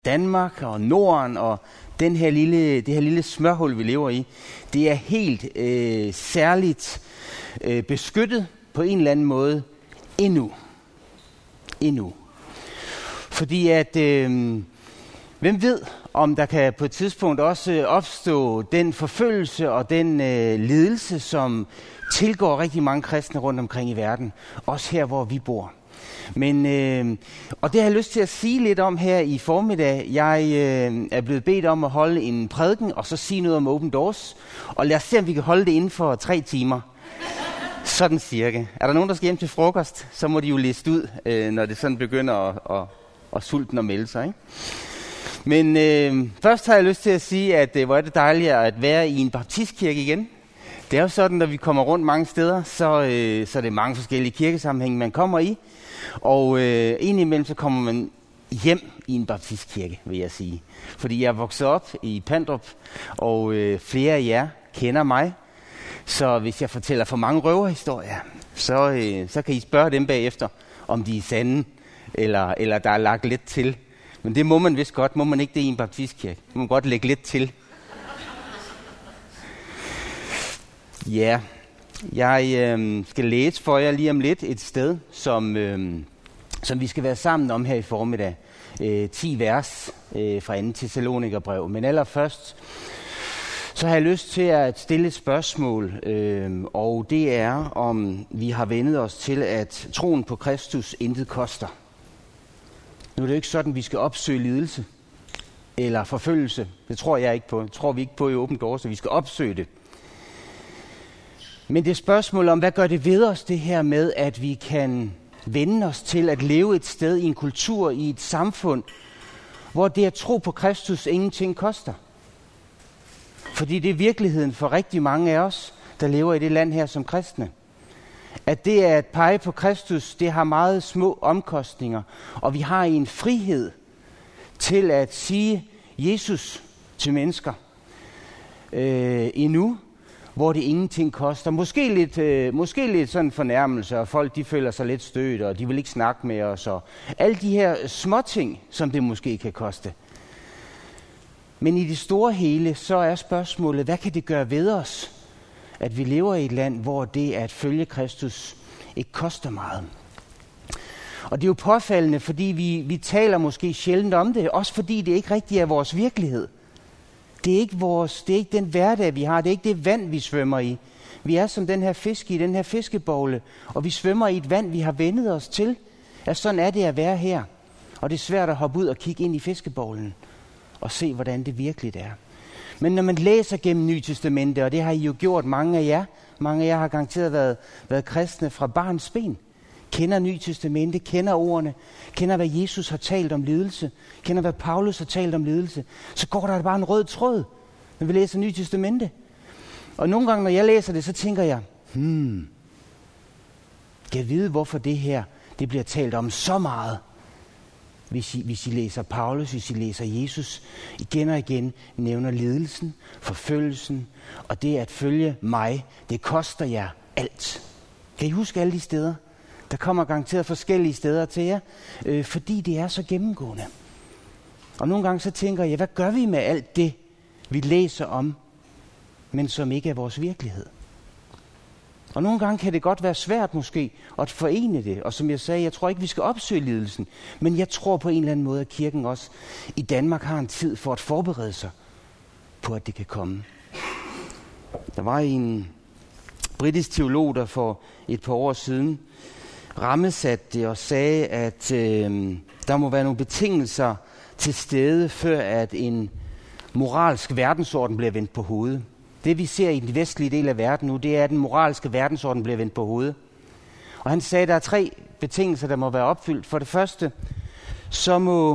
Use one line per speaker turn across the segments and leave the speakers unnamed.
Danmark og Norden og det her lille smørhul, vi lever i, det er helt særligt beskyttet på en eller anden måde endnu. Fordi at, hvem ved, om der kan på et tidspunkt også opstå den forfølgelse og den lidelse, som tilgår rigtig mange kristne rundt omkring i verden, også her, hvor vi bor. Men, og det har jeg lyst til at sige lidt om her i formiddag. Jeg er blevet bedt om at holde en prædiken, og så sige noget om Open Doors. Og lad os se, om vi kan holde det inden for 3 timer. Sådan cirka. Er der nogen, der skal hjem til frokost, så må de jo liste ud, når det sådan begynder at sulten og melde sig. Ikke? Men først har jeg lyst til at sige, at hvor er det dejligt at være i en baptistkirke igen. Det er jo sådan, når vi kommer rundt mange steder, så er det mange forskellige kirkesammenhænge, man kommer i. Og indimellem så kommer man hjem i en baptistkirke, vil jeg sige. Fordi jeg er vokset op i Pandrup, og flere af jer kender mig. Så hvis jeg fortæller for mange røverhistorier, så kan I spørge dem bagefter, om de er sande, eller der er lagt lidt til. Men det må man vist godt. Må man ikke det i en baptistkirke? Man må godt lægge lidt til. Ja, jeg skal læse for jer lige om lidt et sted, som vi skal være sammen om her i formiddag. 10 vers fra 2. Thessalonikerbrev. Men allerførst, så har jeg lyst til at stille et spørgsmål, og det er, om vi har vendet os til, at troen på Kristus intet koster. Nu er det jo ikke sådan, vi skal opsøge lidelse eller forfølgelse. Det tror jeg ikke på. Det tror vi ikke på i Open Doors, så vi skal opsøge det. Men det er spørgsmål om, hvad gør det ved os, det her med, at vi kan vende os til at leve et sted i en kultur, i et samfund, hvor det at tro på Kristus ingenting koster. Fordi det er virkeligheden for rigtig mange af os, der lever i det land her som kristne. At det at pege på Kristus, det har meget små omkostninger, og vi har en frihed til at sige Jesus til mennesker endnu, hvor det ingenting koster. Måske lidt sådan fornærmelse, og folk de føler sig lidt stødt, og de vil ikke snakke med os, og alle de her småting, som det måske kan koste. Men i det store hele, så er spørgsmålet, hvad kan det gøre ved os, at vi lever i et land, hvor det at følge Kristus ikke koster meget. Og det er jo påfaldende, fordi vi taler måske sjældent om det, også fordi det ikke rigtig er vores virkelighed. Det er ikke den hverdag, vi har. Det er ikke det vand, vi svømmer i. Vi er som den her fisk i den her fiskebogle, og vi svømmer i et vand, vi har vendet os til. At sådan er det at være her. Og det er svært at hoppe ud og kigge ind i fiskebowlen og se, hvordan det virkelig er. Men når man læser gennem Nye Testamente, og det har I jo gjort mange af jer har garanteret været kristne fra barns ben, kender Nye Testamente, kender ordene, kender hvad Jesus har talt om lidelse, kender hvad Paulus har talt om lidelse, så går der bare en rød tråd, når vi læser Nye Testamente. Og nogle gange, når jeg læser det, så tænker jeg, kan jeg vide, hvorfor det her, det bliver talt om så meget? Hvis I læser Paulus, hvis I læser Jesus, igen og igen nævner lidelsen, forfølgelsen, og det at følge mig, det koster jer alt. Kan I huske alle de steder? Der kommer garanteret forskellige steder til jer, fordi det er så gennemgående. Og nogle gange så tænker jeg, hvad gør vi med alt det, vi læser om, men som ikke er vores virkelighed? Og nogle gange kan det godt være svært måske at forene det. Og som jeg sagde, jeg tror ikke, vi skal opsøge lidelsen. Men jeg tror på en eller anden måde, at kirken også i Danmark har en tid for at forberede sig på, at det kan komme. Der var en britisk teolog, der for et par år siden rammesatte det og sagde, at der må være nogle betingelser til stede, før at en moralsk verdensorden bliver vendt på hovedet. Det vi ser i den vestlige del af verden nu, det er, at den moralske verdensorden bliver vendt på hovedet. Og han sagde, at der er 3 betingelser, der må være opfyldt. For det første, så må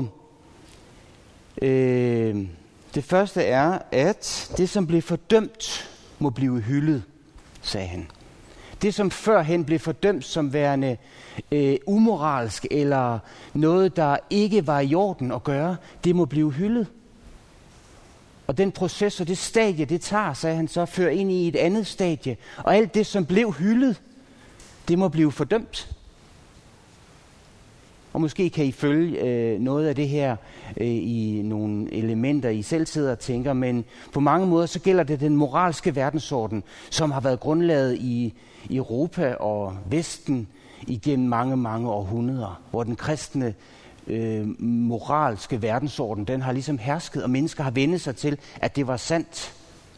det første er, at det, som blev fordømt, må blive hyldet, sagde han. Det, som førhen blev fordømt som værende umoralsk eller noget, der ikke var i orden at gøre, det må blive hyldet. Og den proces og det stadie, det tager, sagde han så, fører ind i et andet stadie. Og alt det, som blev hyldet, det må blive fordømt. Og måske kan I følge noget af det her i nogle elementer, I selv sidder og tænker, men på mange måder så gælder det den moralske verdensorden, som har været grundlaget i Europa og Vesten igennem mange, mange århundreder, hvor den kristne moralske verdensorden, den har ligesom hersket, og mennesker har vendt sig til, at det var sandt,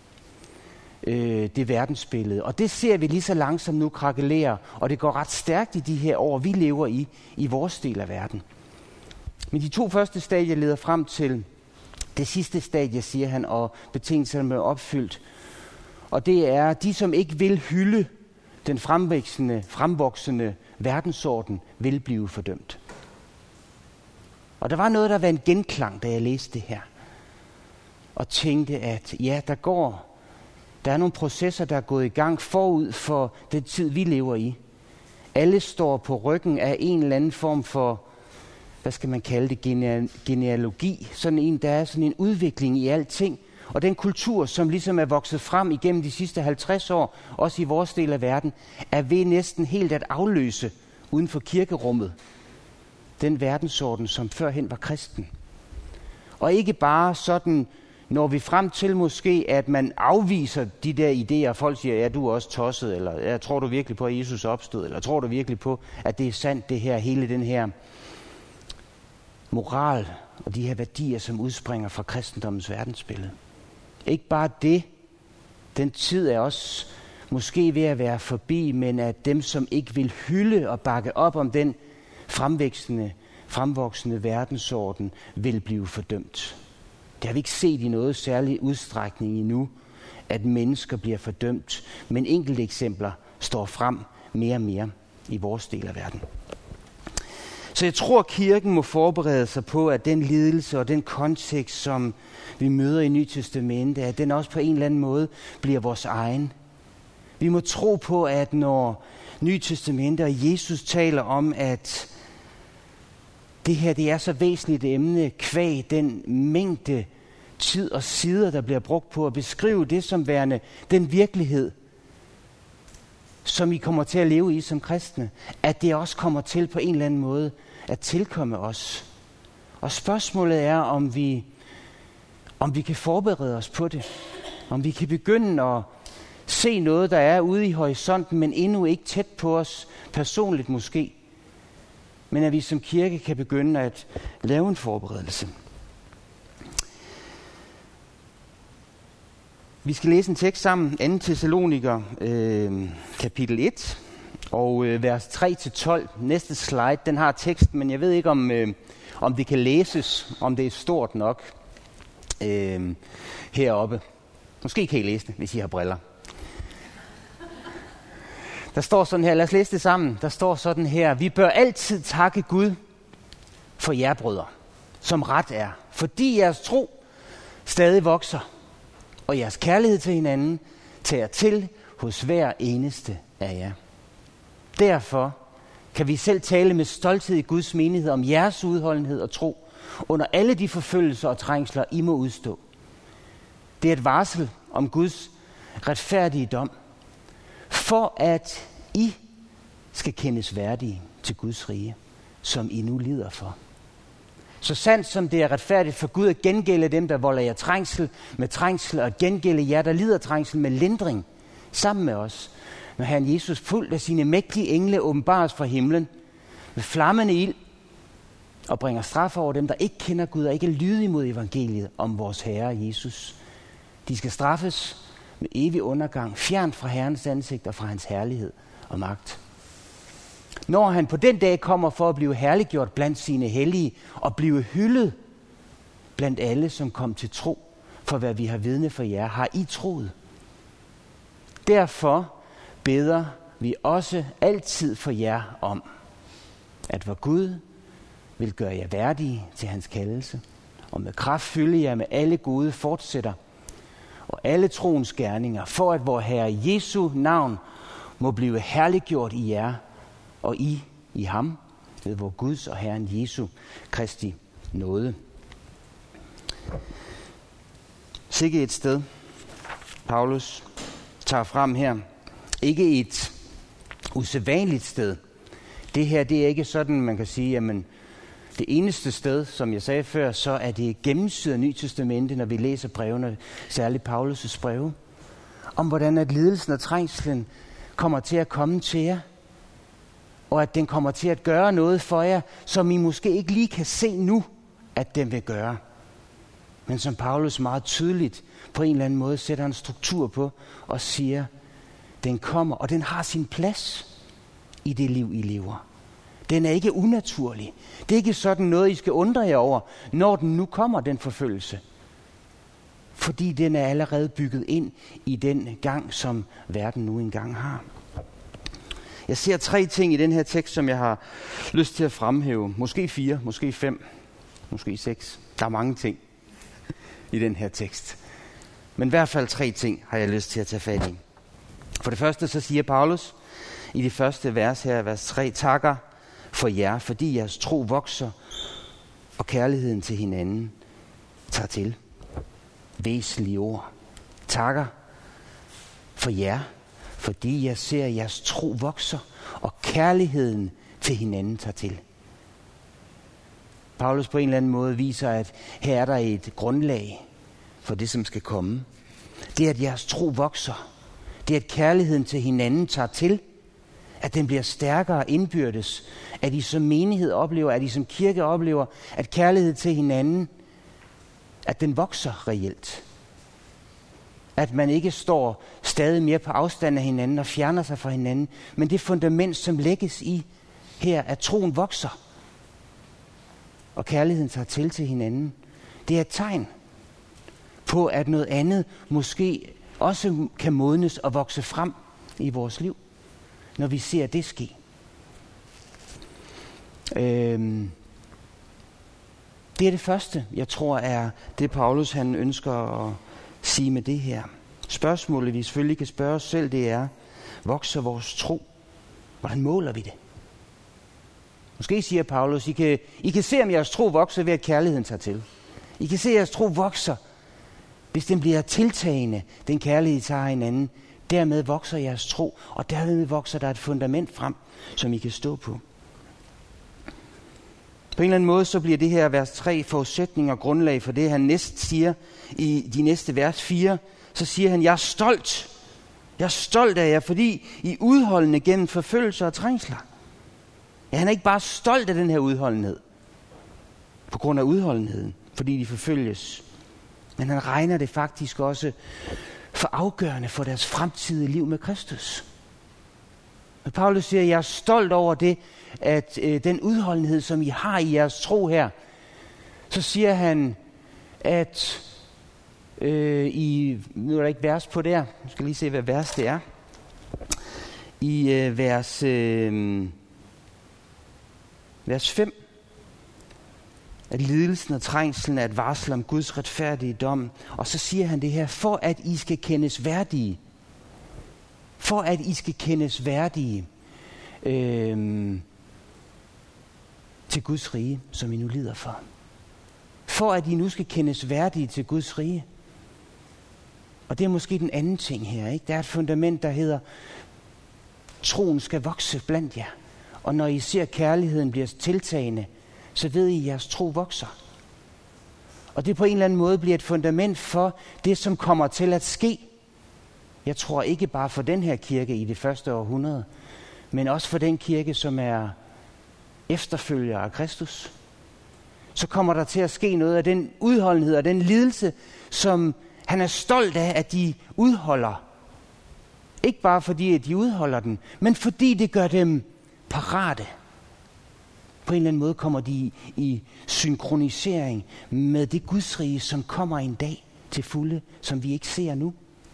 det verdensbillede. Og det ser vi lige så langsomt nu krakelere, og det går ret stærkt i de her år, vi lever i vores del af verden. Men de 2 første stadier leder frem til det sidste stadie, siger han, og betingelserne er opfyldt. Og det er de, som ikke vil hylde den fremvoksende verdensorden, vil blive fordømt. Og der var noget, der var en genklang, da jeg læste det her. Og tænkte, at ja, der er nogle processer, der er gået i gang forud for den tid, vi lever i. Alle står på ryggen af en eller anden form for, hvad skal man kalde det, genealogi. Der er sådan en udvikling i alting. Og den kultur, som ligesom er vokset frem igennem de sidste 50 år, også i vores del af verden, er ved næsten helt at afløse uden for kirkerummet den verdensorden, som førhen var kristen. Og ikke bare sådan, når vi frem til måske, at man afviser de der idéer, folk siger, ja, du er også tosset, eller ja, tror du virkelig på, at Jesus opstod, eller tror du virkelig på, at det er sandt, det her, hele den her moral og de her værdier, som udspringer fra kristendommens verdensbillede. Ikke bare det, den tid er også måske ved at være forbi, men at dem, som ikke vil hylde og bakke op om den fremvoksende verdensorden, vil blive fordømt. Det har vi ikke set i noget særlig udstrækning endnu, at mennesker bliver fordømt, men enkelte eksempler står frem mere og mere i vores del af verden. Så jeg tror, kirken må forberede sig på, at den lidelse og den kontekst, som vi møder i Nye Testamente, at den også på en eller anden måde bliver vores egen. Vi må tro på, at når Nye Testamente og Jesus taler om, at det her det er så væsentligt et emne, kvæg den mængde tid og sider, der bliver brugt på at beskrive det som værende den virkelighed, som I kommer til at leve i som kristne, at det også kommer til på en eller anden måde at tilkomme os. Og spørgsmålet er, om vi kan forberede os på det. Om vi kan begynde at se noget, der er ude i horisonten, men endnu ikke tæt på os personligt måske. Men at vi som kirke kan begynde at lave en forberedelse. Vi skal læse en tekst sammen, 2. Thessaloniker, kapitel 1, og vers 3-12. Næste slide, den har teksten, men jeg ved ikke, om det kan læses, om det er stort nok heroppe. Måske kan I læse det, hvis I har briller. Der står sådan her, lad os læse det sammen. Der står sådan her: vi bør altid takke Gud for jer, brødre, som ret er, fordi jeres tro stadig vokser, og jeres kærlighed til hinanden tager til hos hver eneste af jer. Derfor kan vi selv tale med stolthed i Guds menighed om jeres udholdenhed og tro under alle de forfølgelser og trængsler, I må udstå. Det er et varsel om Guds retfærdige dom, for at I skal kendes værdige til Guds rige, som I nu lider for. Så sandt som det er retfærdigt for Gud at gengælde dem, der volder jer trængsel med trængsel, og gengælde jer, der lider trængsel med lindring, sammen med os, når Herren Jesus fuldt af sine mægtige engle åbenbares fra himlen med flammende ild og bringer straf over dem, der ikke kender Gud og ikke er lydige mod evangeliet om vores Herre Jesus. De skal straffes med evig undergang, fjernt fra Herrens ansigt og fra hans herlighed og magt. Når han på den dag kommer for at blive herliggjort blandt sine hellige og blive hyldet blandt alle, som kom til tro, for hvad vi har vidne for jer, har I troet. Derfor beder vi også altid for jer om, at vor Gud vil gøre jer værdige til hans kaldelse, og med kraft fylde jer med alle gode fortsætter og alle troens gerninger, for at vor Herre Jesu navn må blive herliggjort i jer, og i ham, ved vor Guds og Herren Jesu Kristi nåde. Sikke et sted, Paulus tager frem her. Ikke et usædvanligt sted. Det her, det er ikke sådan, man kan sige, jamen, Det eneste sted, som jeg sagde før, så er det gennemsyret af Nye Testamente, når vi læser brevene, særligt Paulus' breve, om hvordan at lidelsen og trængslen kommer til at komme til jer, og at den kommer til at gøre noget for jer, som I måske ikke lige kan se nu, at den vil gøre. Men som Paulus meget tydeligt på en eller anden måde sætter en struktur på og siger, den kommer, og den har sin plads i det liv, I lever. Den er ikke unaturlig. Det er ikke sådan noget, I skal undre jer over, når den nu kommer, den forfølgelse. Fordi den er allerede bygget ind i den gang, som verden nu engang har. Jeg ser 3 ting i den her tekst, som jeg har lyst til at fremhæve. Måske 4, måske 5, måske 6. Der er mange ting i den her tekst. Men i hvert fald 3 ting har jeg lyst til at tage fat i. For det første så siger Paulus i det første vers her, vers 3, takker for jer, fordi jeres tro vokser, og kærligheden til hinanden tager til. Væsentlige ord. Takker for jer, fordi jeg ser, at jeres tro vokser, og kærligheden til hinanden tager til. Paulus på en eller anden måde viser, at her er der et grundlag for det, som skal komme. Det er, at jeres tro vokser. Det er, at kærligheden til hinanden tager til. At den bliver stærkere indbyrdes. At I som menighed oplever, at I som kirke oplever, at kærlighed til hinanden, at den vokser reelt. At man ikke står stadig mere på afstand af hinanden og fjerner sig fra hinanden, men det fundament, som lægges i her, at troen vokser, og kærligheden tager til hinanden, det er et tegn på, at noget andet måske også kan modnes og vokse frem i vores liv, når vi ser det ske. Det er det første, jeg tror, er det Paulus han ønsker at sige med det her. Spørgsmålet, vi selvfølgelig kan spørge os selv, det er, vokser vores tro? Hvordan måler vi det? Måske siger Paulus, I kan se, om jeres tro vokser ved, at kærligheden tager til. I kan se, at jeres tro vokser, hvis den bliver tiltagende, den kærlighed tager hinanden. Dermed vokser jeres tro, og dermed vokser der et fundament frem, som I kan stå på. På en eller anden måde, så bliver det her vers 3 forudsætning og grundlag for det, han næst siger i de næste vers 4. Så siger han, jeg er stolt. Jeg er stolt af jer, fordi I udholdende gennem forfølgelser og trængsler. Ja, han er ikke bare stolt af den her udholdenhed, på grund af udholdenheden, fordi de forfølges. Men han regner det faktisk også for afgørende for deres fremtidige liv med Kristus. Og Paulus siger, at jeg er stolt over det, at den udholdenhed, som I har i jeres tro her, så siger han, at nu er der ikke vers på der, jeg skal lige se, hvad vers det er. I vers 5, at lidelsen og trængslen er et varsel om Guds retfærdige dom. Og så siger han det her, for at I skal kendes værdige. For at I skal kendes værdige til Guds rige, som I nu lider for. For at I nu skal kendes værdige til Guds rige. Og det er måske den anden ting her, ikke? Der er et fundament, der hedder, troen skal vokse blandt jer. Og når I ser kærligheden bliver tiltagende, så ved I, at jeres tro vokser. Og det på en eller anden måde bliver et fundament for det, som kommer til at ske. Jeg tror ikke bare for den her kirke i det første århundrede, men også for den kirke, som er efterfølger af Kristus. Så kommer der til at ske noget af den udholdenhed og den lidelse, som han er stolt af, at de udholder. Ikke bare fordi, at de udholder den, men fordi det gør dem parate. På en eller anden måde kommer de i synkronisering med det Gudsrige, som kommer en dag til fulde, som vi ikke ser nu.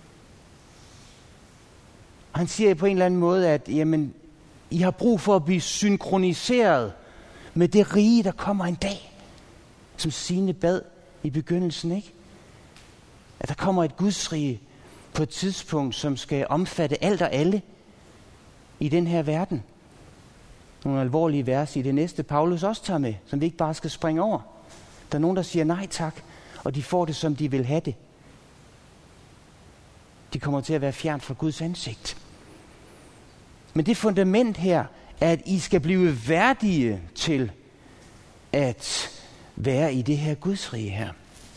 Og han siger på en eller anden måde, at jamen, I har brug for at blive synkroniseret med det rige, der kommer en dag, som Signe bad i begyndelsen, ikke? At der kommer et Gudsrige på et tidspunkt, som skal omfatte alt og alle i den her verden. Nogle alvorlige vers i det næste, Paulus også tager med, som vi ikke bare skal springe over. Der er nogen, der siger nej tak, og de får det, som de vil have det. De kommer til at være fjernt fra Guds ansigt. Men det fundament her, er, at I skal blive værdige til at være i det her Guds rige her.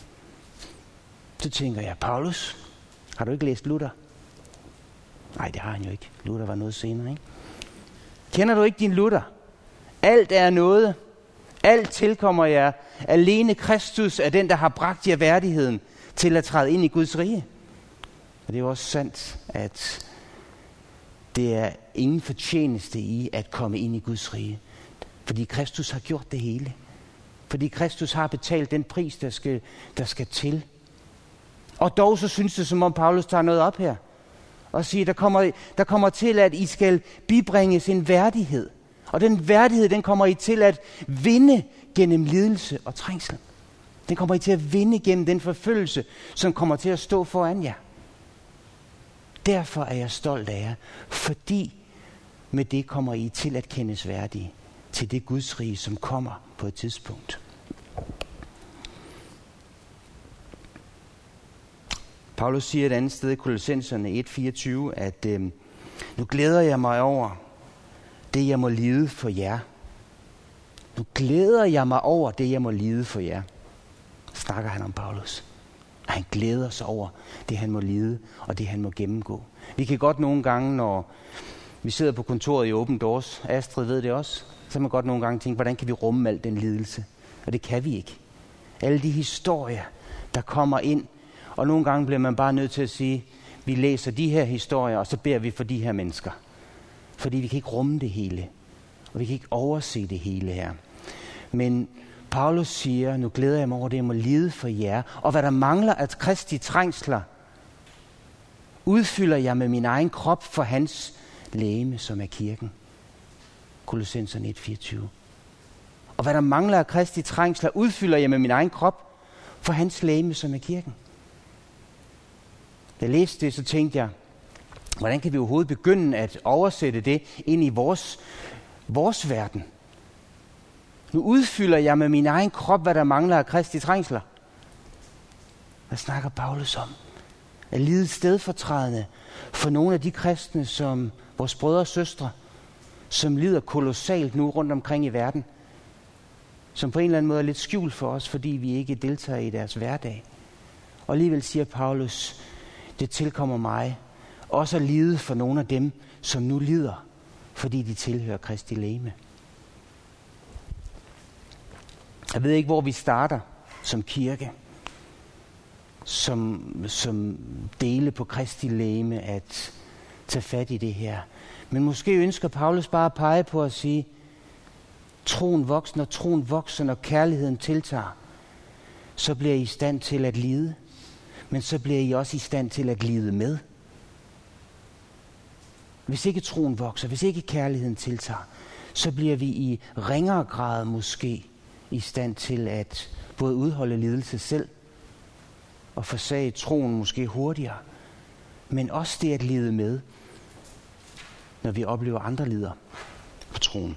Så tænker jeg, Paulus, har du ikke læst Luther? Nej, det har han jo ikke. Luther var noget senere, ikke? Kender du ikke din Luther? Alt er noget. Alt tilkommer jer. Alene Kristus er den, der har bragt jer værdigheden til at træde ind i Guds rige. Og det er jo også sandt, at det er ingen fortjeneste i at komme ind i Guds rige. Fordi Kristus har gjort det hele. Fordi Kristus har betalt den pris, der skal til. Og dog så synes det, som om Paulus tager noget op her. Og siger, der kommer til, at I skal bibringes en værdighed. Og den værdighed, den kommer I til at vinde gennem lidelse og trængsel. Den kommer I til at vinde gennem den forfølgelse, som kommer til at stå foran jer. Derfor er jeg stolt af jer, fordi med det kommer I til at kendes værdige til det Guds rige, som kommer på et tidspunkt. Paulus siger et andet sted i Kolossenserne 1:24, at nu glæder jeg mig over det, jeg må lide for jer. Nu glæder jeg mig over det, jeg må lide for jer. Snakker han om Paulus. Og han glæder sig over det, han må lide, og det, han må gennemgå. Vi kan godt nogle gange, når vi sidder på kontoret i Open Doors, Astrid ved det også, så kan man godt nogle gange tænke, hvordan kan vi rumme al den lidelse? Og det kan vi ikke. Alle de historier, der kommer ind, og nogle gange bliver man bare nødt til at sige, vi læser de her historier, og så beder vi for de her mennesker. Fordi vi kan ikke rumme det hele, og vi kan ikke overse det hele her. Men Paulus siger, nu glæder jeg mig over det, jeg må lide for jer, og hvad der mangler af Kristi trængsler, udfylder jeg med min egen krop for hans legeme, som er kirken. Kolossenserne 1:24. Og hvad der mangler af Kristi trængsler, udfylder jeg med min egen krop for hans legeme, som er kirken. Da jeg læste det, så tænkte jeg, hvordan kan vi overhovedet begynde at oversætte det ind i vores verden? Nu udfylder jeg med min egen krop, hvad der mangler af Kristi trængsler. Hvad snakker Paulus om? At lide stedfortrædende for nogle af de kristne, som vores brødre og søstre, som lider kolossalt nu rundt omkring i verden, som på en eller anden måde er lidt skjult for os, fordi vi ikke deltager i deres hverdag. Og alligevel siger Paulus, det tilkommer mig også at lide for nogle af dem, som nu lider, fordi de tilhører Kristi legeme. Jeg ved ikke, hvor vi starter som kirke, som dele på Kristi legeme at tage fat i det her. Men måske ønsker Paulus bare at pege på at sige, troen vokser, når kærligheden tiltager, så bliver I i stand til at lide, men så bliver I også i stand til at lide med. Hvis ikke troen vokser, hvis ikke kærligheden tiltager, så bliver vi i ringere grad måske i stand til at både udholde lidelse selv og forsage troen måske hurtigere, men også det at lide med, når vi oplever andre lider på troen.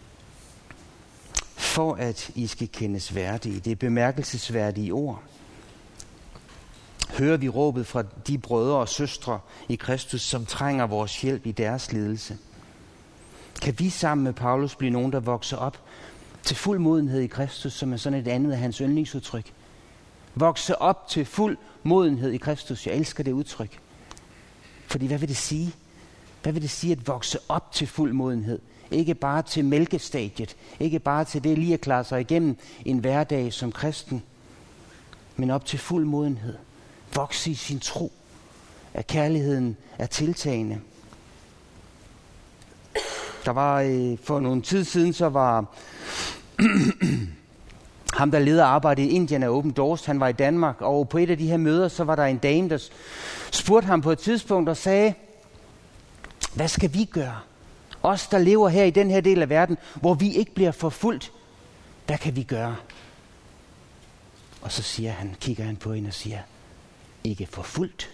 For at I skal kendes værdige, det er bemærkelsesværdige ord, hører vi råbet fra de brødre og søstre i Kristus, som trænger vores hjælp i deres lidelse. Kan vi sammen med Paulus blive nogen, der vokser op til fuld modenhed i Kristus, som er sådan et andet af hans yndlingsudtryk? Vokse op til fuld modenhed i Kristus. Jeg elsker det udtryk. Fordi hvad vil det sige? Hvad vil det sige at vokse op til fuld modenhed? Ikke bare til mælkestadiet. Ikke bare til det lige at klare sig igennem en hverdag som kristen. Men op til fuld modenhed. Vokse i sin tro. At kærligheden er tiltagende. Der var for nogle tid siden, så var ham, der leder arbejdet i Indien af Open Doors, han var i Danmark, og på et af de her møder, så var der en dame, der spurgte ham på et tidspunkt og sagde, hvad skal vi gøre? Os, der lever her i den her del af verden, hvor vi ikke bliver forfulgt, hvad kan vi gøre? Og så kigger han på hende og siger, ikke forfulgt?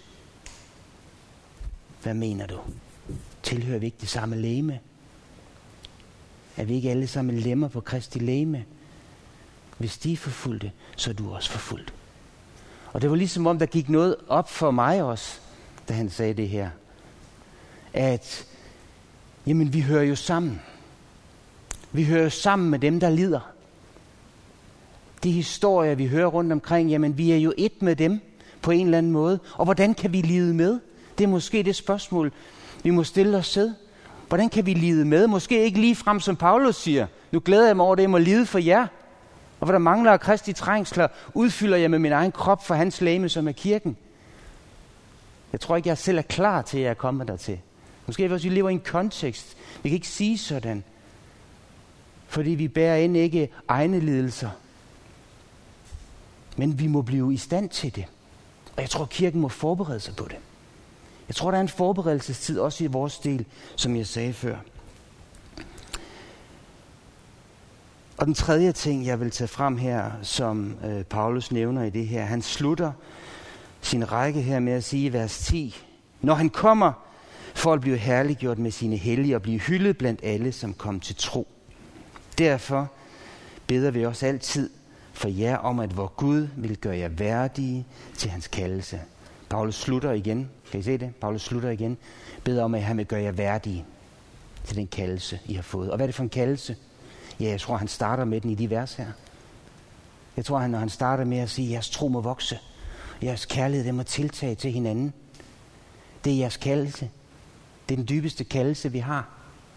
Hvad mener du? Tilhører vi ikke det samme legeme? Er vi ikke alle sammen lemmer på Kristi legeme? Hvis de er forfulgte, så er du også forfulgt. Og det var ligesom om, der gik noget op for mig også, da han sagde det her. At, jamen vi hører jo sammen. Vi hører jo sammen med dem, der lider. De historier, vi hører rundt omkring, jamen vi er jo et med dem på en eller anden måde. Og hvordan kan vi lide med? Det er måske det spørgsmål, vi må stille os selv. Hvordan kan vi lide med? Måske ikke lige frem, som Paulus siger. Nu glæder jeg mig over det, jeg må lide for jer. Og hvor der mangler af Kristi trængsler, udfylder jeg med min egen krop for hans legeme, som er kirken. Jeg tror ikke, jeg selv er klar til, at jeg er kommet dertil. Måske også, vi lever i en kontekst. Vi kan ikke sige sådan. Fordi vi bærer end ikke egne lidelser. Men vi må blive i stand til det. Og jeg tror, kirken må forberede sig på det. Jeg tror, der er en forberedelsestid også i vores del, som jeg sagde før. Og den tredje ting, jeg vil tage frem her, som Paulus nævner i det her, han slutter sin række her med at sige i vers 10, når han kommer for at blive herliggjort med sine hellige og blive hyldet blandt alle, som kom til tro. Derfor beder vi også altid for jer om, at vor Gud vil gøre jer værdige til hans kaldelse. Paulus slutter igen. Kan I se det? Paulus slutter igen. Beder om, at han vil gøre jer værdige til den kaldelse, I har fået. Og hvad er det for en kaldelse? Ja, jeg tror, han starter med den i de vers her. Jeg tror, når han starter med at sige, at jeres tro må vokse. Jeres kærlighed, den må tiltage til hinanden. Det er jeres kaldelse. Det er den dybeste kaldelse, vi har.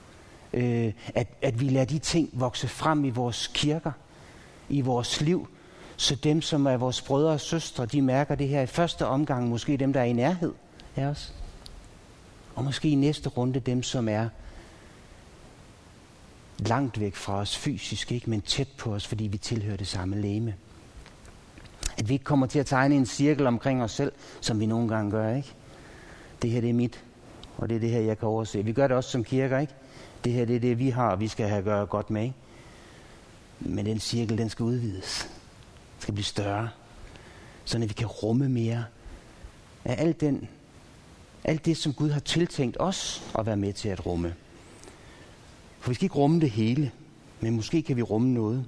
At vi lader de ting vokse frem i vores kirker, i vores liv, så dem, som er vores brødre og søstre, de mærker det her i første omgang, måske dem, der er i nærhed af os. Og måske i næste runde dem, som er langt væk fra os fysisk, ikke, men tæt på os, fordi vi tilhører det samme legeme. At vi ikke kommer til at tegne en cirkel omkring os selv, som vi nogle gange gør, ikke? Det her, det er mit, og det er det her, jeg kan overse. Vi gør det også som kirker, ikke? Det her, det er det, vi har, og vi skal have gøre godt med, ikke? Men den cirkel, den skal udvides. Den skal blive større, så vi kan rumme mere af alt det, som Gud har tiltænkt os at være med til at rumme. For vi skal ikke rumme det hele, men måske kan vi rumme noget.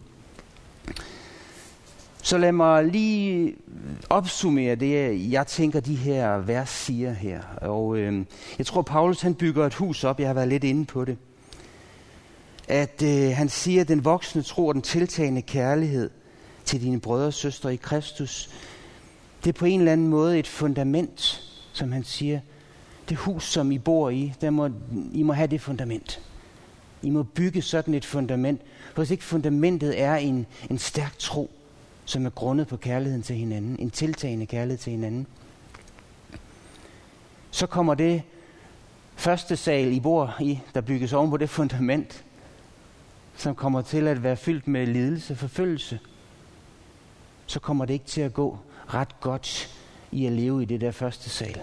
Så lad mig lige opsummere det, jeg tænker, de her vers siger her. Og jeg tror, Paulus han bygger et hus op. Jeg har været lidt inde på det. At han siger, at den voksne tro og den tiltagende kærlighed til dine brødre og søstre i Kristus, det er på en eller anden måde et fundament, som han siger. Det hus, som I bor i, I må have det fundament. I må bygge sådan et fundament. For hvis ikke fundamentet er en stærk tro, som er grundet på kærligheden til hinanden, en tiltagende kærlighed til hinanden, så kommer det første sal, I bor i, der bygges oven på det fundament, som kommer til at være fyldt med lidelse, forfølgelse, så kommer det ikke til at gå ret godt i at leve i det der første sal.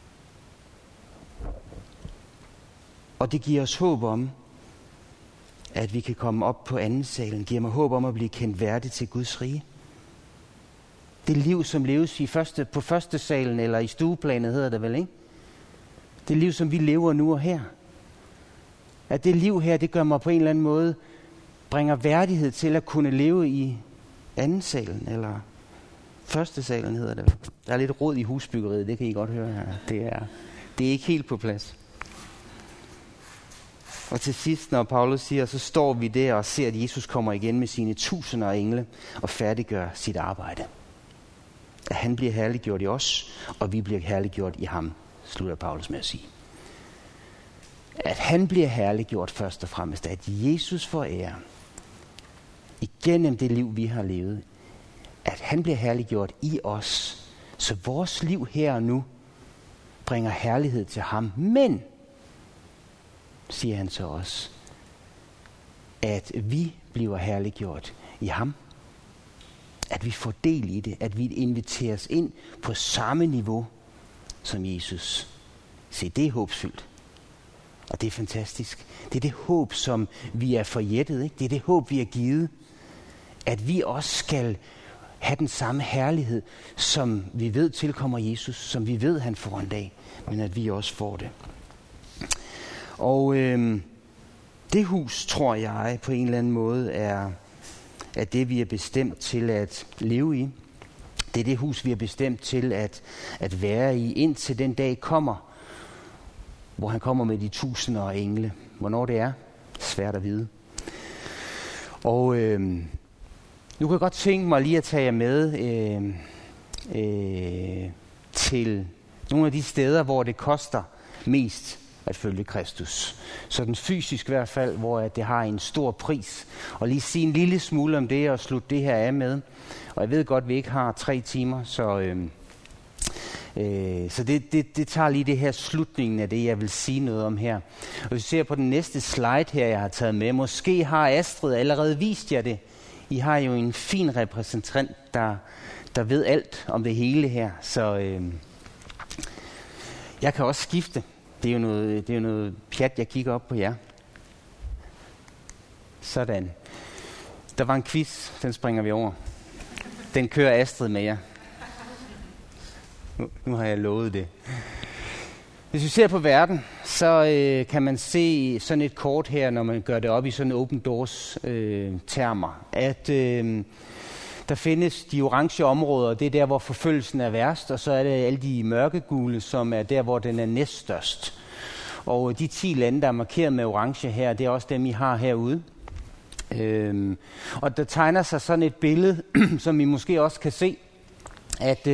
Og det giver os håb om, at vi kan komme op på anden salen. Det giver mig håb om at blive kendt værdig til Guds rige. Det liv, som leves på første salen, eller i stueplanet hedder det vel, ikke? Det liv, som vi lever nu og her. At det liv her, det gør mig på en eller anden måde, bringer værdighed til at kunne leve i anden salen, eller første salen hedder det. Der er lidt rod i husbyggeriet, det kan I godt høre her. Det er ikke helt på plads. Og til sidst, når Paulus siger, så står vi der og ser, at Jesus kommer igen med sine tusinder af engle og færdiggør sit arbejde. At han bliver herliggjort i os, og vi bliver herliggjort i ham, slutter Paulus med at sige. At han bliver herliggjort først og fremmest, at Jesus får ære igennem det liv, vi har levet. At han bliver herliggjort i os, så vores liv her og nu bringer herlighed til ham. Men, siger han så også, at vi bliver herliggjort i ham. At vi får del i det, at vi inviteres ind på samme niveau som Jesus. Se, det er håbsfyldt. Og det er fantastisk. Det er det håb, som vi er forjættet, ikke? Det er det håb, vi er givet. At vi også skal have den samme herlighed, som vi ved tilkommer Jesus, som vi ved, han får en dag, men at vi også får det. Og det hus, tror jeg, på en eller anden måde er det, vi er bestemt til at leve i. Det er det hus, vi er bestemt til at være i, indtil den dag kommer, hvor han kommer med de tusinder af engle. Hvornår det er, svært at vide. Og Nu kan jeg godt tænke mig lige at tage jer med til nogle af de steder, hvor det koster mest at følge Kristus. Sådan fysisk i hvert fald, hvor det har en stor pris. Og lige sige en lille smule om det og slutte det her af med. Og jeg ved godt, at vi ikke har 3 timer, så det tager lige det her slutningen af det, jeg vil sige noget om her. Og hvis vi ser på den næste slide her, jeg har taget med, måske har Astrid allerede vist jer det. I har jo en fin repræsentant, der ved alt om det hele her, så jeg kan også skifte. Det er jo noget pjat, jeg kigger op på jer. Sådan. Der var en quiz, den springer vi over. Den kører Astrid med jer. Nu har jeg lovet det. Hvis vi ser på verden, så kan man se sådan et kort her, når man gør det op i sådan open doors termer, at der findes de orange områder, det er der, hvor forfølgelsen er værst, og så er det alle de mørkegule, som er der, hvor den er næststørst. Og de 10 lande, der er markeret med orange her, det er også dem, I har herude. Og der tegner sig sådan et billede, som I måske også kan se, at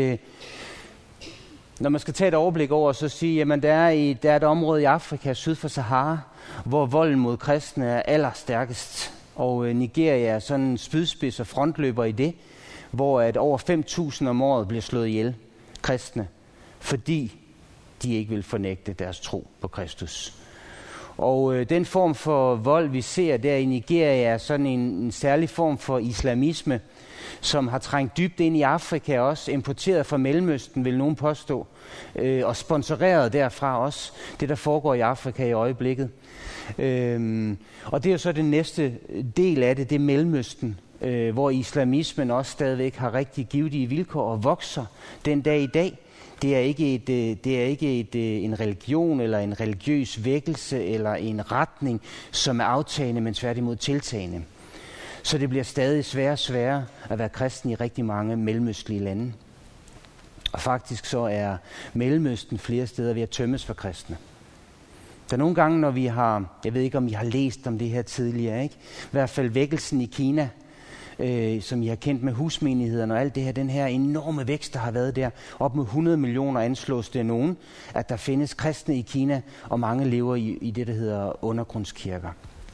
når man skal tage et overblik over, så sige, jamen der er et område i Afrika, syd for Sahara, hvor volden mod kristne er allerstærkest. Og Nigeria er sådan en spydspids og frontløber i det, hvor at over 5.000 om året bliver slået ihjel kristne, fordi de ikke vil fornægte deres tro på Kristus. Og den form for vold, vi ser der i Nigeria, er sådan en særlig form for islamisme, som har trængt dybt ind i Afrika også, importeret fra Mellemøsten, vil nogen påstå, og sponsoreret derfra også, det der foregår i Afrika i øjeblikket. Og det er jo så den næste del af det, det er Mellemøsten, hvor islamismen også stadigvæk har rigtig givtige vilkår og vokser den dag i dag. Det er ikke en religion eller en religiøs vækkelse eller en retning, som er aftagende, men tværtimod tiltagende. Så det bliver stadig sværere og sværere at være kristen i rigtig mange mellemøstlige lande. Og faktisk så er Mellemøsten flere steder ved at tømmes for kristne. Der er nogle gange, når vi har, jeg ved ikke om I har læst om det her tidligere, ikke? I hvert fald vækkelsen i Kina, som I har kendt med husmenighederne og alt det her, den her enorme vækst, der har været der. Op mod 100 millioner anslås det af nogen, at der findes kristne i Kina, og mange lever i det, der hedder undergrundskirker.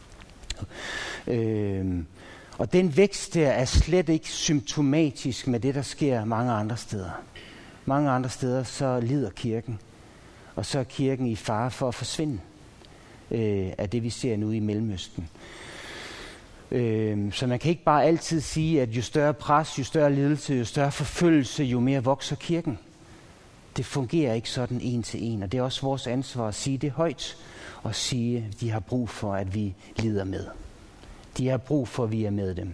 Og den vækst der er slet ikke symptomatisk med det, der sker mange andre steder. Mange andre steder så lider kirken, og så er kirken i fare for at forsvinde af det, vi ser nu i Mellemøsten. Så man kan ikke bare altid sige, at jo større pres, jo større lidelse, jo større forfølgelse, jo mere vokser kirken. Det fungerer ikke sådan en til en, og det er også vores ansvar at sige det højt, og sige, at de har brug for, at vi lider med. De har brug for, at vi er med dem.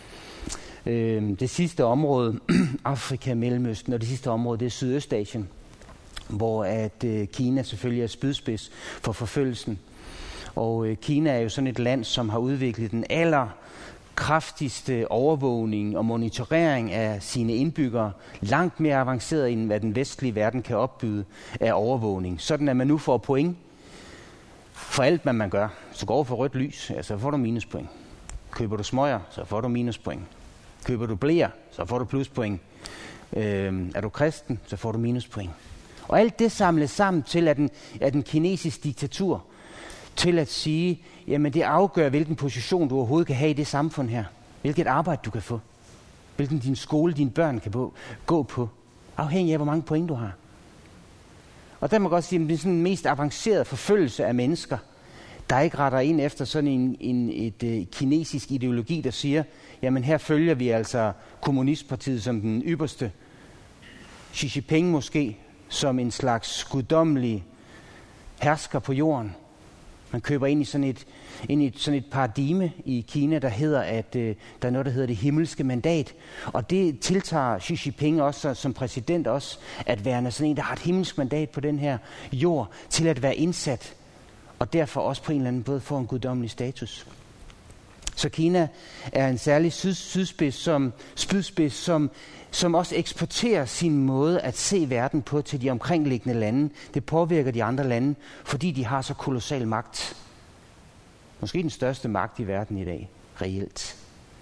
Det sidste område, Afrika, Mellemøsten, og det sidste område, det er Sydøstasien, hvor at Kina selvfølgelig er spydspids for forfølgelsen. Og Kina er jo sådan et land, som har udviklet den allerkraftigste overvågning og monitorering af sine indbyggere, langt mere avanceret end hvad den vestlige verden kan opbyde af overvågning. Sådan at man nu får point for alt, hvad man gør. Så går for rødt lys, så får du minuspoint. Køber du smøger, så får du minuspoint. Køber du bleer, så får du pluspoint. Er du kristen, så får du minuspoint. Og alt det samles sammen til, at den kinesiske diktatur til at sige, jamen det afgør, hvilken position du overhovedet kan have i det samfund her. Hvilket arbejde du kan få. Hvilken din skole, dine børn kan gå på. Afhængig af, hvor mange point du har. Og der må man godt sige, at det er sådan den mest avancerede forfølgelse af mennesker, der ikke retter ind efter sådan et kinesisk ideologi, der siger, jamen her følger vi altså kommunistpartiet som den ypperste. Xi Jinping måske som en slags guddommelig hersker på jorden. Man køber ind i sådan et paradigme i Kina, der hedder, at der er noget, der hedder det himmelske mandat. Og det tiltager Xi Jinping også som præsident også, at være sådan en, der har et himmelsk mandat på den her jord, til at være indsat, og derfor også på en eller anden måde få en guddommelig status. Så Kina er en særlig spydspids, som også eksporterer sin måde at se verden på til de omkringliggende lande. Det påvirker de andre lande, fordi de har så kolossal magt. Måske den største magt i verden i dag, reelt.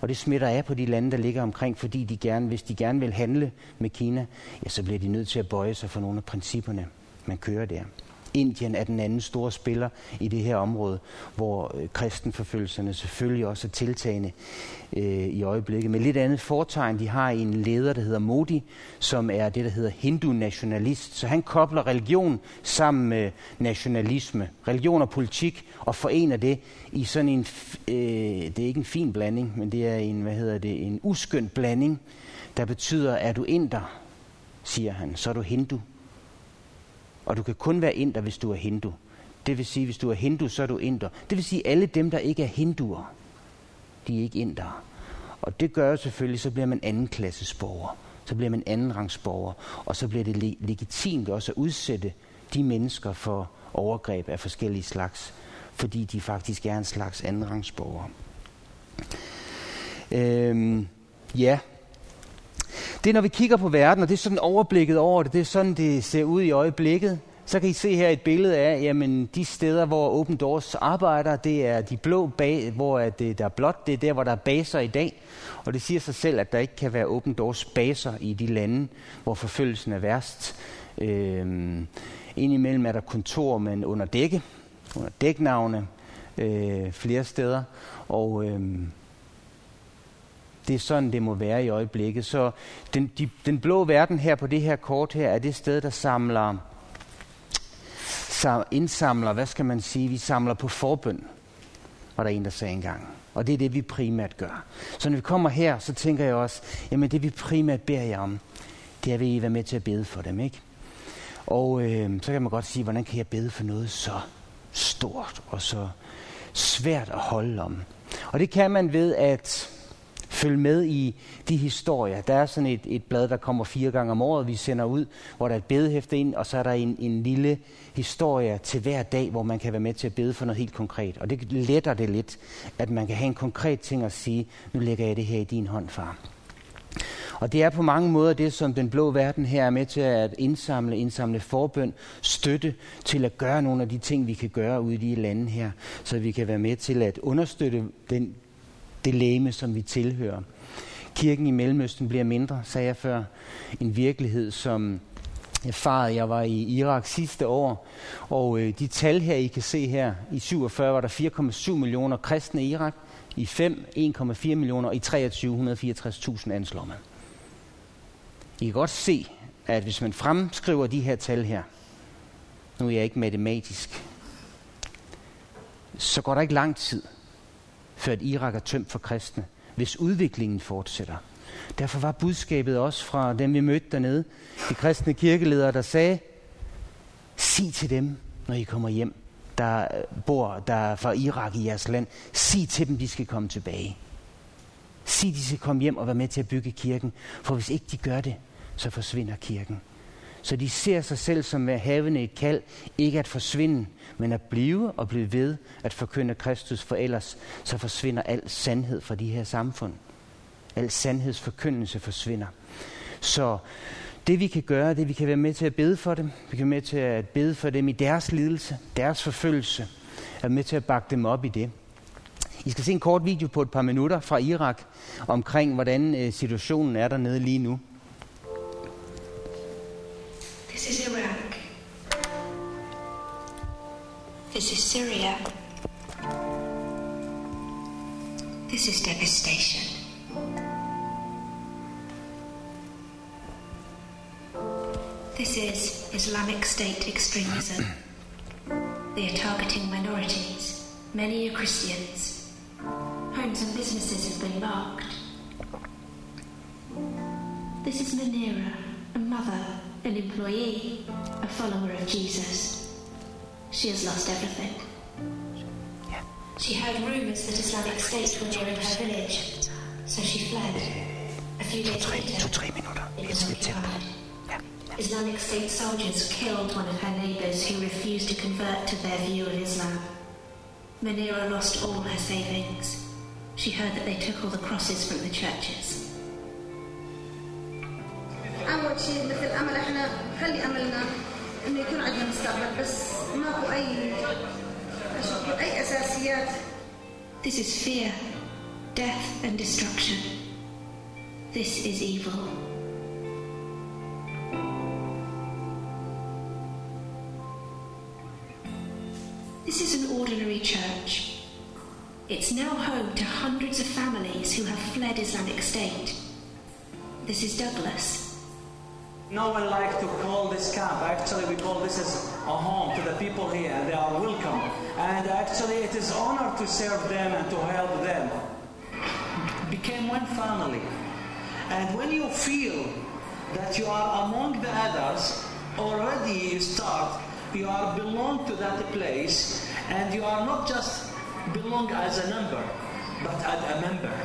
Og det smitter af på de lande, der ligger omkring, fordi hvis de gerne vil handle med Kina, ja, så bliver de nødt til at bøje sig for nogle af principperne, man kører der. Indien er den anden store spiller i det her område, hvor kristenforfølgelserne selvfølgelig også er tiltagende i øjeblikket. Med lidt andet fortegn, de har en leder, der hedder Modi, som er det, der hedder hindu-nationalist. Så han kobler religion sammen med nationalisme, religion og politik, og forener det i sådan en, det er ikke en fin blanding, men det er en uskøn blanding, der betyder, er du inder, siger han, så er du hindu. Og du kan kun være inder, hvis du er hindu. Det vil sige, hvis du er hindu, så er du inder. Det vil sige, alle dem, der ikke er hinduer, de er ikke indere. Og det gør jo selvfølgelig, så bliver man andenklasses borger. Så bliver man andenrangsborger. Og så bliver det legitimt også at udsætte de mennesker for overgreb af forskellige slags. Fordi de faktisk er en slags andenrangsborgere. Ja. Det er, når vi kigger på verden, og det er sådan overblikket over det, det er sådan, det ser ud i øjeblikket. Så kan I se her et billede af, jamen de steder, hvor Open Doors arbejder, det er de blå hvor der er blåt, det er der, hvor der er baser i dag. Og det siger sig selv, at der ikke kan være Open Doors baser i de lande, hvor forfølgelsen er værst. Indimellem er der kontor, men under dæknavne flere steder. Og det er sådan, det må være i øjeblikket. Så den blå verden her på det her kort her, er det sted, der indsamler, hvad skal man sige, vi samler på forbøn, var der en, der sagde engang. Og det er det, vi primært gør. Så når vi kommer her, så tænker jeg også, jamen det vi primært beder jer om, det er, at I være med til at bede for dem, ikke? Og så kan man godt sige, hvordan kan jeg bede for noget så stort og så svært at holde om? Og det kan man ved at følg med i de historier. Der er sådan et blad, der kommer 4 gange om året, vi sender ud, hvor der er et bedehæfte ind, og så er der en lille historie til hver dag, hvor man kan være med til at bede for noget helt konkret. Og det letter det lidt, at man kan have en konkret ting at sige, nu lægger jeg det her i din hånd, far. Og det er på mange måder det, som den blå verden her er med til at indsamle forbøn, støtte til at gøre nogle af de ting, vi kan gøre ude i de lande her, så vi kan være med til at understøtte det legeme, som vi tilhører. Kirken i Mellemøsten bliver mindre, sagde jeg før. En virkelighed, som jeg var i Irak sidste år, og de tal her, I kan se her, i 47 var der 4,7 millioner kristne i Irak, i 5 1,4 millioner, og i 23 164.000 anslår man. I kan godt se, at hvis man fremskriver de her tal her, nu er jeg ikke matematisk, så går der ikke lang tid, før at Irak er tømt for kristne, hvis udviklingen fortsætter. Derfor var budskabet også fra dem, vi mødte dernede, de kristne kirkeledere, der sagde, sig til dem, når I kommer hjem, der er fra Irak i jeres land, sig til dem, de skal komme tilbage. Sig, de skal komme hjem og være med til at bygge kirken, for hvis ikke de gør det, så forsvinder kirken. Så de ser sig selv som havende et kald, ikke at forsvinde, men at blive og blive ved at forkynde Kristus, for ellers så forsvinder al sandhed fra de her samfund. Al sandhedsforkyndelse forsvinder. Så det vi kan gøre, det vi kan være med til at bede for dem, vi kan være med til at bede for dem i deres lidelse, deres forfølgelse, er med til at bakke dem op i det. I skal se en kort video på et par minutter fra Irak omkring, hvordan situationen er dernede lige nu.
This is Iraq. This is Syria. This is devastation. This is Islamic State extremism. They are targeting minorities. Many are Christians. Homes and businesses have been marked. This is Manira, a mother, an employee, a follower of Jesus. She has lost everything. She heard rumors that Islamic State were near her village, so she fled. A few days later, it was occupied. Islamic State soldiers killed one of her neighbors who refused to convert to their view of Islam. Manira lost all her savings. She heard that they took all the crosses from the churches.
أول شيء مثل أمل إحنا خلي أملنا إنه يكون عندنا مستقبل بس ماكو أي أساسيات.
This is fear. death and destruction. This is evil. This is an ordinary church. It's now home to hundreds of families who have fled Islamic State. This is Douglas.
No one likes to call this camp. Actually, we call this as a home to the people here, and they are welcome. And actually, it is honor to serve them and to help them. Became one family. And when you feel that you are among the others, already you are belong to that place, and you are not just belong as a number, but as a member.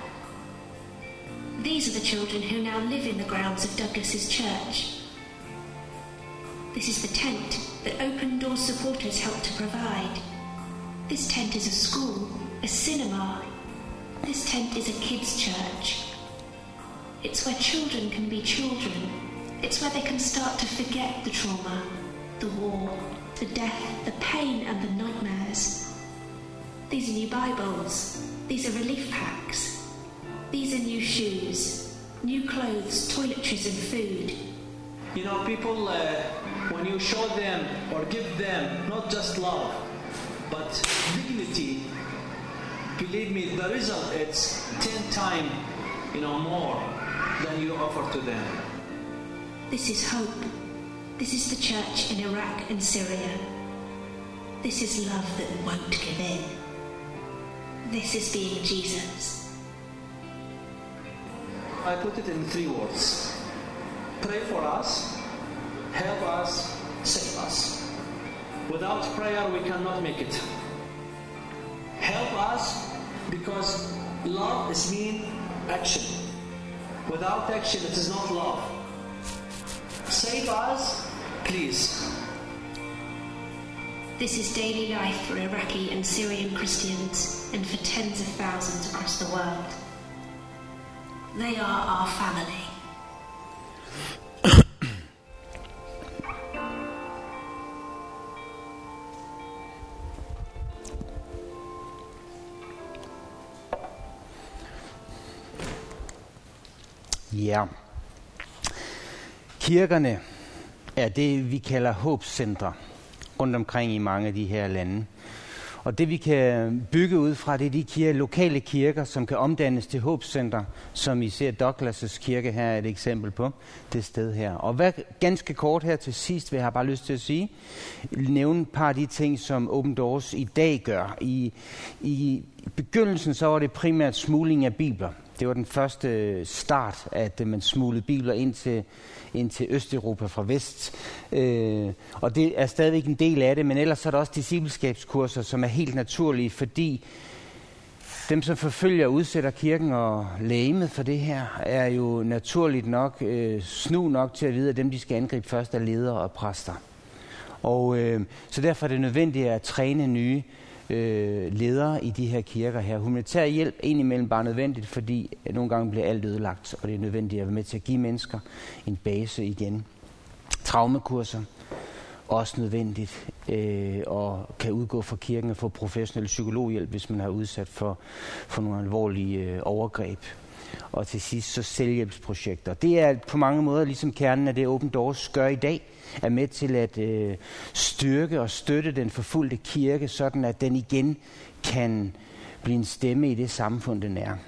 These are the children who now live in the grounds of Douglas's church. This is the tent that Open Doors supporters helped to provide. This tent is a school, a cinema. This tent is a kids' church. It's where children can be children. It's where they can start to forget the trauma, the war, the death, the pain and the nightmares. These are new Bibles. These are relief packs. These are new shoes, new clothes, toiletries and food.
You know, people, when you show them or give them not just love, but dignity, believe me, the result is 10 times, more than you offer to them.
This is hope. This is the church in Iraq and Syria. This is love that won't give in. This is being Jesus.
I put it in 3 words. Pray for us, help us, save us. Without prayer, we cannot make it. Help us, because love is mean action. Without action, it is not love. Save us, please.
This is daily life for Iraqi and Syrian Christians and for tens of thousands across the world. They are our family.
Ja. Kirkerne er det, vi kalder håbscentre rundt omkring i mange af de her lande. Og det vi kan bygge ud fra, det er de lokale kirker, som kan omdannes til håbscenter, som I ser Douglas' kirke her er et eksempel på, det sted her. Og ganske kort her til sidst, vil jeg bare lyst til at sige, nævne et par af de ting, som Open Doors i dag gør. I begyndelsen så var det primært smugling af bibler. Det var den første start, at man smuglede bibler ind til Østeuropa fra vest. Og det er stadigvæk en del af det, men ellers er der også discipleskabskurser, som er helt naturlige, fordi dem, som forfølger og udsætter kirken og lægemet for det her, er jo naturligt nok snu nok til at vide, at dem, de skal angribe først, er ledere og præster. Og så derfor er det nødvendigt at træne nye ledere i de her kirker her. Humanitær hjælp er indimellem bare nødvendigt, fordi nogle gange bliver alt ødelagt, og det er nødvendigt at være med til at give mennesker en base igen. Traumekurser, også nødvendigt, og kan udgå fra kirken og få professionel psykologhjælp, hvis man har udsat for nogle alvorlige overgreb. Og til sidst så selvhjælpsprojekter. Det er på mange måder ligesom kernen af det Open Doors gør i dag, er med til at styrke og støtte den forfulgte kirke, sådan at den igen kan blive en stemme i det samfund, den er.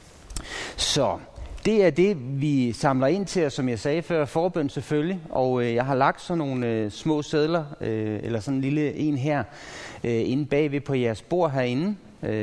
Så det er det, vi samler ind til, og som jeg sagde før, forbøn selvfølgelig. Og jeg har lagt sådan nogle små sedler, eller sådan en lille en her, inde bagved på jeres bord herinde,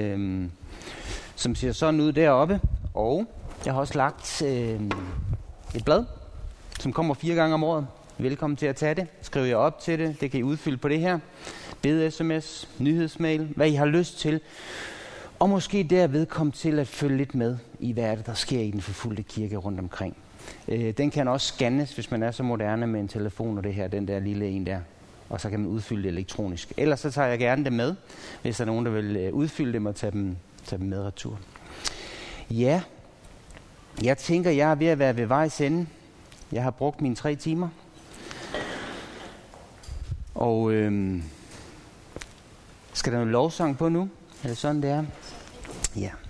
som ser sådan ud deroppe. Og jeg har også lagt et blad, som kommer 4 gange om året. Velkommen til at tage det. Skriv jer op til det. Det kan I udfylde på det her. Bed-sms, nyhedsmail, hvad I har lyst til. Og måske derved komme til at følge lidt med i, hvad er det, der sker i den forfulgte kirke rundt omkring. Den kan også scannes, hvis man er så moderne med en telefon og det her, den der lille en der. Og så kan man udfylde det elektronisk. Ellers så tager jeg gerne det med, hvis der er nogen, der vil udfylde dem og tage dem med retur. Ja, jeg tænker, jeg er ved at være ved vejs ende. Jeg har brugt mine 3 timer. Og skal der noget lovsang på nu? Er det sådan, det er? Ja.